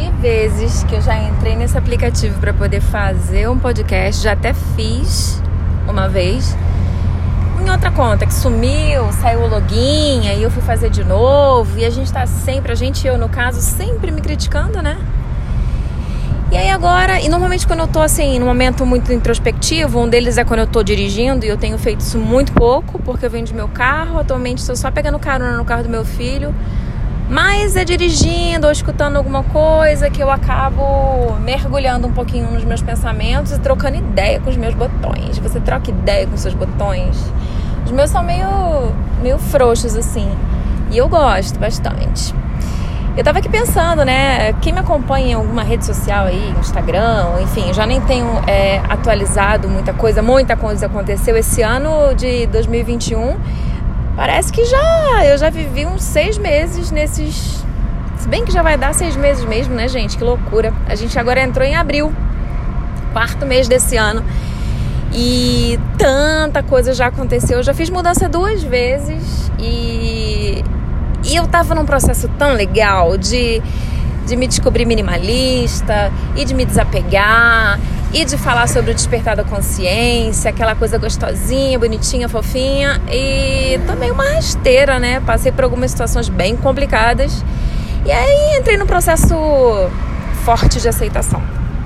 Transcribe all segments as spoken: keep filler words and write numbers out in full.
N vezes que eu já entrei nesse aplicativo para poder fazer um podcast. Já até fiz uma vez em outra conta que sumiu, saiu o login, aí eu fui fazer de novo. E a gente tá sempre, a gente e eu no caso, sempre me criticando, né? E aí agora, e normalmente quando eu tô assim, num momento muito introspectivo, um deles é quando eu tô dirigindo, e eu tenho feito isso muito pouco, porque eu venho de meu carro, atualmente estou só pegando carona no carro do meu filho, mas é dirigindo ou escutando alguma coisa que eu acabo mergulhando um pouquinho nos meus pensamentos e trocando ideia com os meus botões. Você troca ideia com os seus botões? Os meus são meio, meio frouxos assim, e eu gosto bastante. Eu tava aqui pensando, né, quem me acompanha em alguma rede social aí, Instagram, enfim, já nem tenho é, atualizado muita coisa, muita coisa aconteceu esse ano de dois mil e vinte e um, parece que já, eu já vivi uns seis meses nesses, se bem que já vai dar seis meses mesmo, né, gente, que loucura, a gente agora entrou em abril, quarto mês desse ano, e tanta coisa já aconteceu, eu já fiz mudança duas vezes, e... E eu tava num processo tão legal de, de me descobrir minimalista, e de me desapegar, e de falar sobre o despertar da consciência, aquela coisa gostosinha, bonitinha, fofinha, e também uma rasteira, né? Passei por algumas situações bem complicadas, e aí entrei num processo forte de aceitação.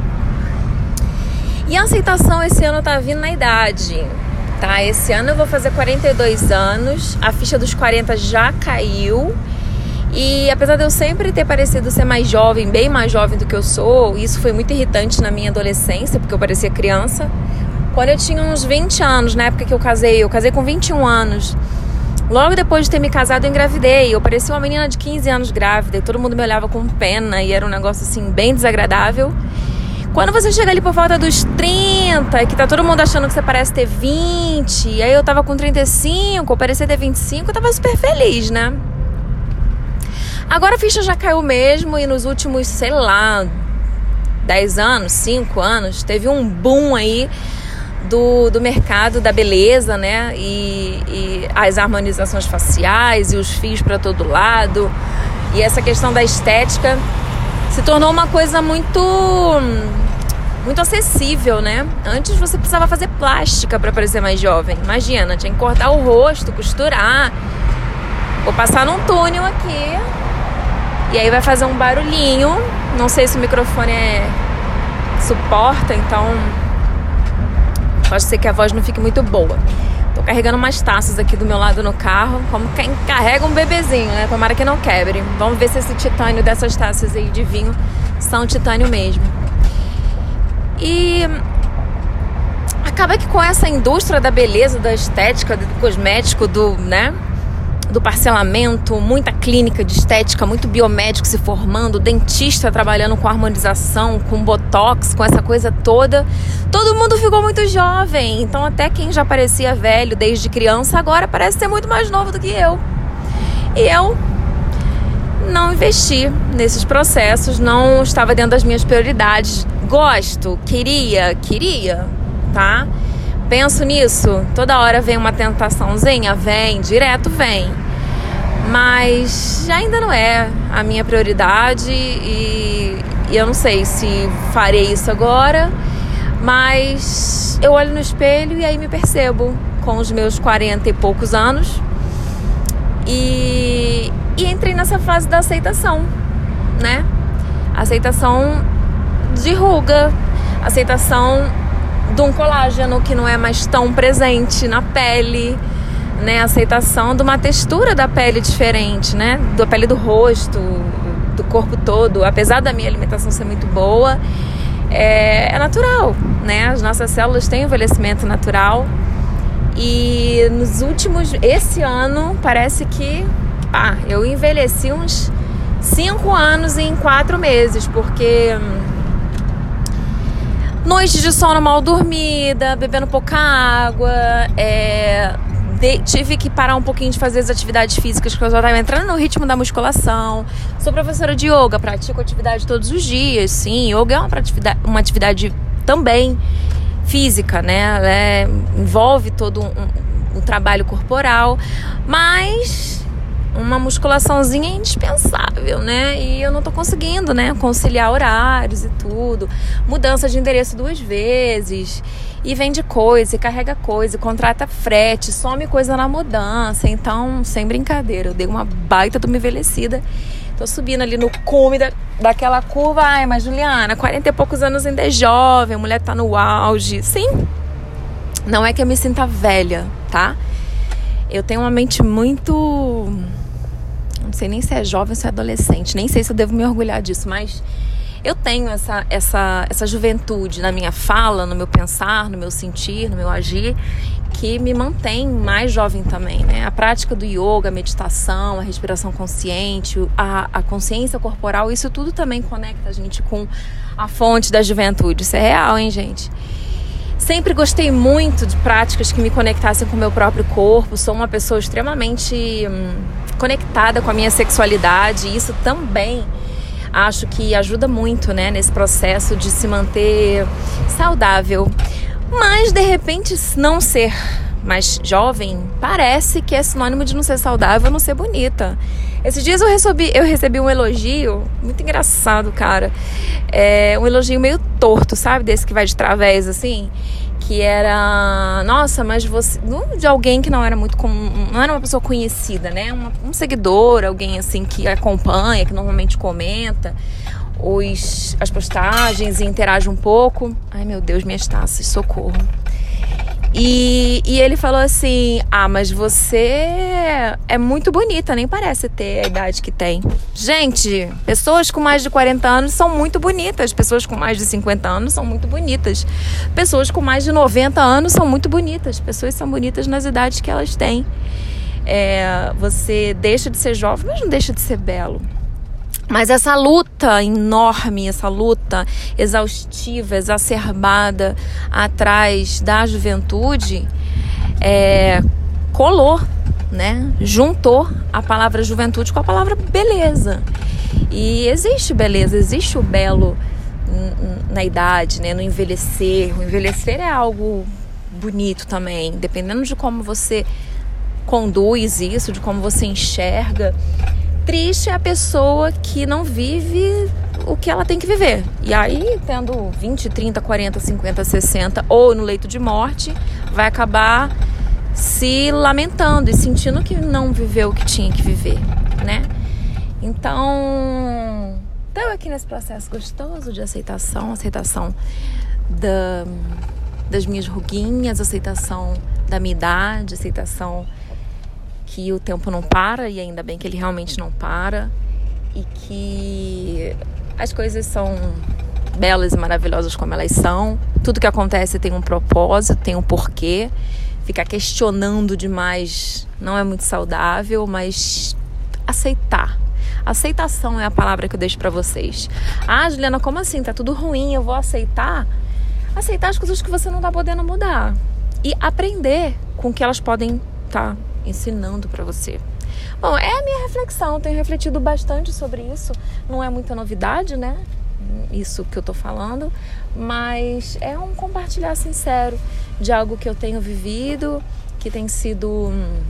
E a aceitação esse ano tá vindo na idade. Tá, esse ano eu vou fazer quarenta e dois anos, a ficha dos quarenta já caiu, e apesar de eu sempre ter parecido ser mais jovem, bem mais jovem do que eu sou, isso foi muito irritante na minha adolescência, porque eu parecia criança. Quando eu tinha uns vinte anos, na época que eu casei, eu casei com vinte e um anos, logo depois de ter me casado eu engravidei, eu parecia uma menina de quinze anos grávida, e todo mundo me olhava com pena, e era um negócio assim bem desagradável. Quando você chega ali por volta dos trinta, que tá todo mundo achando que você parece ter vinte, e aí eu tava com trinta e cinco, eu parecia ter vinte e cinco, eu tava super feliz, né? Agora a ficha já caiu mesmo, e nos últimos, sei lá, dez anos, cinco anos, teve um boom aí do, do mercado da beleza, né? E, e as harmonizações faciais, e os fios pra todo lado, e essa questão da estética se tornou uma coisa muito, muito acessível, né? Antes você precisava fazer plástica para parecer mais jovem. Imagina, tinha que cortar o rosto, costurar. Vou passar num túnel aqui. E aí vai fazer um barulhinho. Não sei se o microfone é... suporta, então pode ser que a voz não fique muito boa. Tô carregando umas taças aqui do meu lado no carro, como quem carrega um bebezinho, né? Tomara que não quebre. Vamos ver se esse titânio dessas taças aí de vinho são titânio mesmo. E acaba que com essa indústria da beleza, da estética, do cosmético, do, né? do parcelamento, muita clínica de estética, muito biomédico se formando, dentista trabalhando com harmonização, com botox, com essa coisa toda. Todo mundo ficou muito jovem, então até quem já parecia velho desde criança agora parece ser muito mais novo do que eu. E eu não investi nesses processos, não estava dentro das minhas prioridades. Gosto, queria, queria, tá? Penso nisso, toda hora vem uma tentaçãozinha, vem, direto vem. Mas ainda não é a minha prioridade e, e eu não sei se farei isso agora, mas eu olho no espelho e aí me percebo com os meus quarenta e poucos anos e, e entrei nessa fase da aceitação, né? Aceitação de ruga, aceitação de um colágeno que não é mais tão presente na pele, né? Aceitação de uma textura da pele diferente, né? Da pele do rosto, do corpo todo. Apesar da minha alimentação ser muito boa, é, é natural, né? As nossas células têm envelhecimento natural. E nos últimos... Esse ano, parece que... Ah, eu envelheci uns cinco anos em quatro meses, porque... Noites de sono mal dormida, bebendo pouca água, é, de, tive que parar um pouquinho de fazer as atividades físicas, porque eu já estava entrando no ritmo da musculação. Sou professora de yoga, pratico atividade todos os dias, sim. Yoga é uma atividade, uma atividade também física, né? Ela é, envolve todo um, um, um trabalho corporal, mas uma musculaçãozinha é indispensável. saudável, né? E eu não tô conseguindo, né? Conciliar horários e tudo. Mudança de endereço duas vezes. E vende coisa, e carrega coisa, e contrata frete, some coisa na mudança. Então, sem brincadeira, eu dei uma baita de uma envelhecida. Tô subindo ali no cume da, daquela curva. Ai, mas Juliana, quarenta e poucos anos ainda é jovem, a mulher tá no auge. Sim, não é que eu me sinta velha, tá? Eu tenho uma mente muito... Não sei nem se é jovem ou se é adolescente. Nem sei se eu devo me orgulhar disso, mas... Eu tenho essa, essa, essa juventude na minha fala, no meu pensar, no meu sentir, no meu agir, que me mantém mais jovem também, né? A prática do yoga, a meditação, a respiração consciente, a, a consciência corporal, isso tudo também conecta a gente com a fonte da juventude. Isso é real, hein, gente? Sempre gostei muito de práticas que me conectassem com o meu próprio corpo. Sou uma pessoa extremamente hum, conectada com a minha sexualidade. E isso também... acho que ajuda muito, né, nesse processo de se manter saudável. Mas, de repente, não ser mais jovem parece que é sinônimo de não ser saudável, não ser bonita. Esses dias eu recebi, eu recebi um elogio muito engraçado, cara. É, um elogio meio torto, sabe? Desse que vai de través, assim. Que era... Nossa, mas você... De alguém que não era muito... Com, não era uma pessoa conhecida, né? Uma, um seguidor, alguém assim que acompanha, que normalmente comenta os, as postagens e interage um pouco. Ai, meu Deus, minhas taças, socorro. E, e ele falou assim: ah, mas você é muito bonita, nem parece ter a idade que tem. Gente, pessoas com mais de quarenta anos são muito bonitas. Pessoas com mais de cinquenta anos são muito bonitas. Pessoas com mais de noventa anos são muito bonitas. Pessoas são bonitas nas idades que elas têm. É, você deixa de ser jovem, mas não deixa de ser belo. Mas essa luta enorme, essa luta exaustiva, exacerbada atrás da juventude, é, colou, né? Juntou a palavra juventude com a palavra beleza. E existe beleza, existe o belo na idade, né? No envelhecer. O envelhecer é algo bonito também, dependendo de como você conduz isso, de como você enxerga. Triste é a pessoa que não vive o que ela tem que viver. E aí, tendo vinte, trinta, quarenta, cinquenta, sessenta ou no leito de morte, vai acabar se lamentando e sentindo que não viveu o que tinha que viver, né? Então, estou aqui nesse processo gostoso de aceitação, aceitação da, das minhas ruguinhas, aceitação da minha idade, aceitação que o tempo não para, e ainda bem que ele realmente não para, e que as coisas são belas e maravilhosas como elas são. Tudo que acontece tem um propósito, tem um porquê. Ficar questionando demais não é muito saudável, mas aceitar. Aceitação é a palavra que eu deixo pra vocês. Ah, Juliana, como assim? Tá tudo ruim, eu vou aceitar? Aceitar as coisas que você não tá podendo mudar. E aprender com o que elas podem estar ensinando pra você. Bom, é a minha reflexão, tenho refletido bastante sobre isso. Não é muita novidade, né? Isso que eu tô falando, mas é um compartilhar sincero de algo que eu tenho vivido, que tem sido...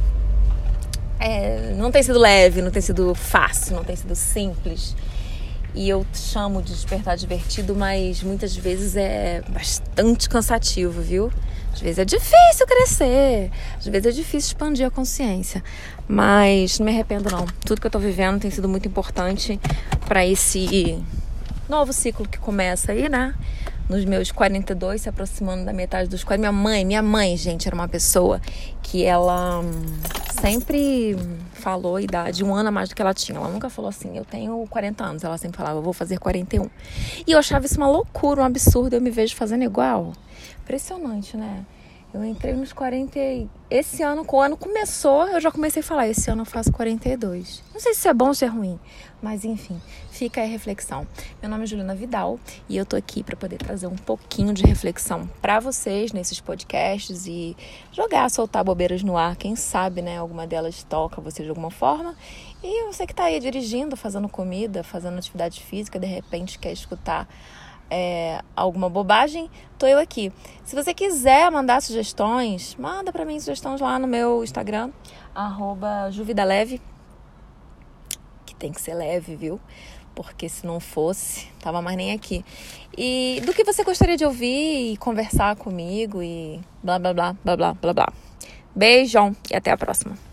É, não tem sido leve, não tem sido fácil, não tem sido simples. E eu chamo de despertar divertido, mas muitas vezes é bastante cansativo, viu? Às vezes é difícil crescer, às vezes é difícil expandir a consciência, mas não me arrependo não. Tudo que eu tô vivendo tem sido muito importante para esse novo ciclo que começa aí, né? Nos meus quarenta e dois, se aproximando da metade dos quarenta. Minha mãe, minha mãe, gente, era uma pessoa que ela sempre falou a idade, um ano a mais do que ela tinha. Ela nunca falou assim, eu tenho quarenta anos. Ela sempre falava, eu vou fazer quarenta e um. E eu achava isso uma loucura, um absurdo. Eu me vejo fazendo igual. Impressionante, né? Eu entrei nos quarenta e... Esse ano, quando o ano começou, eu já comecei a falar, esse ano eu faço quarenta e dois. Não sei se é bom ou se é ruim, mas enfim, fica aí a reflexão. Meu nome é Juliana Vidal e eu tô aqui para poder trazer um pouquinho de reflexão para vocês nesses podcasts e jogar, soltar bobeiras no ar. Quem sabe, né, alguma delas toca você de alguma forma. E você que tá aí dirigindo, fazendo comida, fazendo atividade física, de repente quer escutar É, alguma bobagem, tô eu aqui. Se você quiser mandar sugestões, manda pra mim sugestões lá no meu Instagram, arroba juvidaleve, que tem que ser leve, viu? Porque se não fosse, tava mais nem aqui. E do que você gostaria de ouvir e conversar comigo e blá, blá, blá, blá, blá, blá, blá. Beijão e até a próxima.